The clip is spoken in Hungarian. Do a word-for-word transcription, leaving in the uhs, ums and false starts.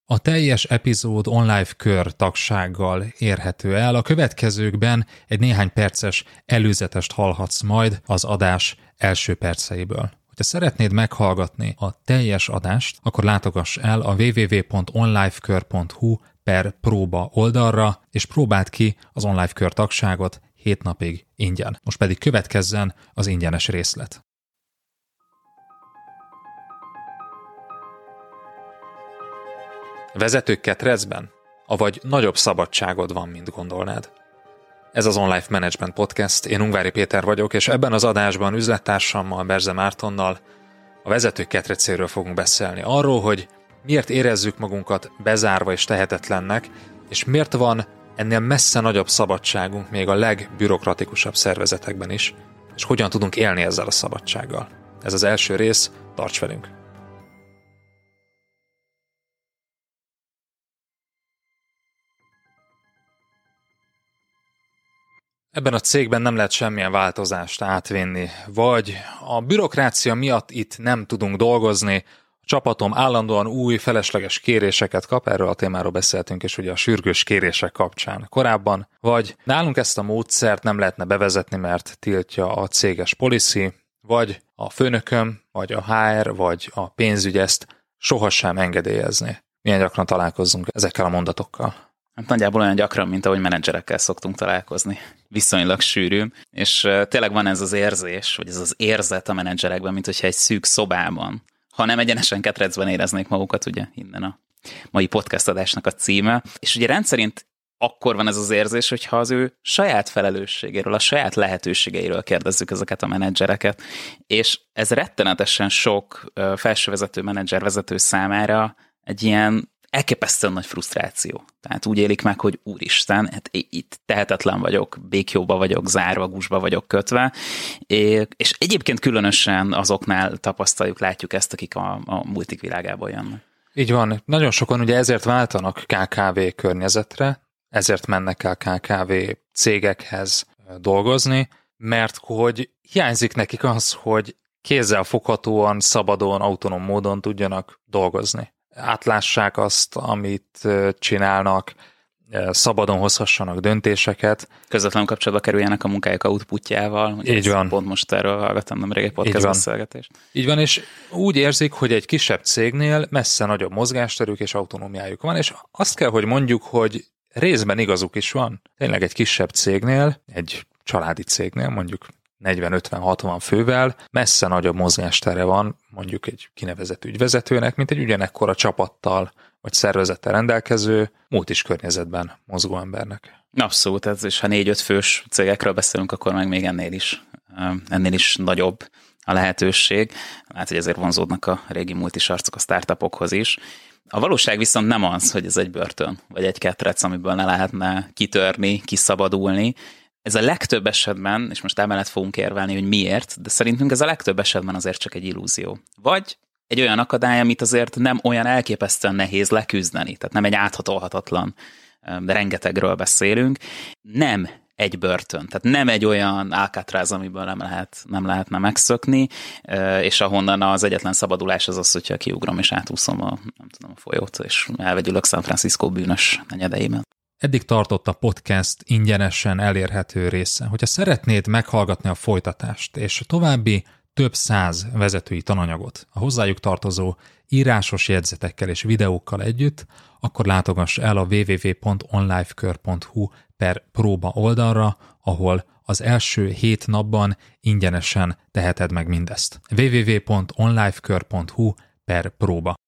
A teljes epizód online kör tagsággal érhető el. A következőkben egy néhány perces előzetest hallhatsz majd az adás első perceiből. Ha szeretnéd meghallgatni a teljes adást, akkor látogass el a www.onlifekör.hu per próba oldalra, és próbáld ki az online kör tagságot hét napig ingyen. Most pedig következzen az ingyenes részlet. Vezetők ketrecben? Avagy nagyobb szabadságod van, mint gondolnád? Ez az Online Management Podcast, én Ungvári Péter vagyok, és ebben az adásban üzlettársammal, Berze Mártonnal a vezetők ketrecéről fogunk beszélni. Arról, hogy miért érezzük magunkat bezárva és tehetetlennek, és miért van ennél messze nagyobb szabadságunk még a legbürokratikusabb szervezetekben is, és hogyan tudunk élni ezzel a szabadsággal. Ez az első rész, tarts velünk! Ebben a cégben nem lehet semmilyen változást átvinni, vagy a bürokrácia miatt itt nem tudunk dolgozni, a csapatom állandóan új, felesleges kéréseket kap, erről a témáról beszéltünk, és ugye a sürgős kérések kapcsán korábban, vagy nálunk ezt a módszert nem lehetne bevezetni, mert tiltja a céges policy, vagy a főnököm, vagy a há er, vagy a pénzügy ezt sohasem engedélyezni. Milyen gyakran találkozzunk ezekkel a mondatokkal? Hát nagyjából olyan gyakran, mint ahogy menedzserekkel szoktunk találkozni. Viszonylag sűrű, és uh, tényleg van ez az érzés, vagy ez az érzet a menedzserekben, mint hogyha egy szűk szobában, ha nem egyenesen ketrecben éreznék magukat, ugye innen a mai podcast adásnak a címe, és ugye rendszerint akkor van ez az érzés, hogyha az ő saját felelősségéről, a saját lehetőségeiről kérdezzük ezeket a menedzsereket, és ez rettenetesen sok uh, felsővezető menedzser vezető számára egy ilyen elképesztően nagy frusztráció. Tehát úgy élik meg, hogy úristen, hát itt tehetetlen vagyok, békjóba vagyok, zárva, gúzsba vagyok kötve, és egyébként különösen azoknál tapasztaljuk, látjuk ezt, akik a, a multik világából jönnek. Így van. Nagyon sokan ugye ezért váltanak ká ká vé környezetre, ezért mennek el ká ká vé cégekhez dolgozni, mert hogy hiányzik nekik az, hogy kézzel foghatóan, szabadon, autonóm módon tudjanak dolgozni. Átlássák azt, amit csinálnak, szabadon hozhassanak döntéseket. Közvetlenül kapcsolatba kerüljenek a munkájuk outputjával. Így van. Pont most erről hallgattam nemrég egy podcast beszélgetést. Így van, és úgy érzik, hogy egy kisebb cégnél messze nagyobb mozgásterük és autonómiájuk van, és azt kell, hogy mondjuk, hogy részben igazuk is van. Tényleg egy kisebb cégnél, egy családi cégnél, mondjuk negyven ötven hatvan fővel messze nagyobb mozgástere van mondjuk egy kinevezett ügyvezetőnek, mint egy ugyanekkora csapattal vagy szervezettel rendelkező multis környezetben mozgó embernek. Abszolút, ez, és ha négy-öt fős cégekről beszélünk, akkor meg még ennél is, ennél is nagyobb a lehetőség. Hát, hogy ezért vonzódnak a régi multis arcok a startupokhoz is. A valóság viszont nem az, hogy ez egy börtön, vagy egy ketrec, amiből ne lehetne kitörni, kiszabadulni. Ez a legtöbb esetben, és most emellett fogunk érvelni, hogy miért, de szerintünk ez a legtöbb esetben azért csak egy illúzió. Vagy egy olyan akadály, amit azért nem olyan elképesztően nehéz leküzdeni, tehát nem egy áthatolhatatlan, de rengetegről beszélünk. Nem egy börtön, tehát nem egy olyan Alcatraz, amiből nem, lehet, nem lehetne megszökni, és ahonnan az egyetlen szabadulás az az, hogyha kiugrom és átúszom a, nem tudom, a folyót, és elvegyülök San Francisco bűnös negyedeiben. Eddig tartott a podcast ingyenesen elérhető része. Hogyha szeretnéd meghallgatni a folytatást és további több száz vezetői tananyagot a hozzájuk tartozó írásos jegyzetekkel és videókkal együtt, akkor látogass el a www.onlifekör.hu per próba oldalra, ahol az első hét napban ingyenesen teheted meg mindezt. www.onlifekör.hu per próba.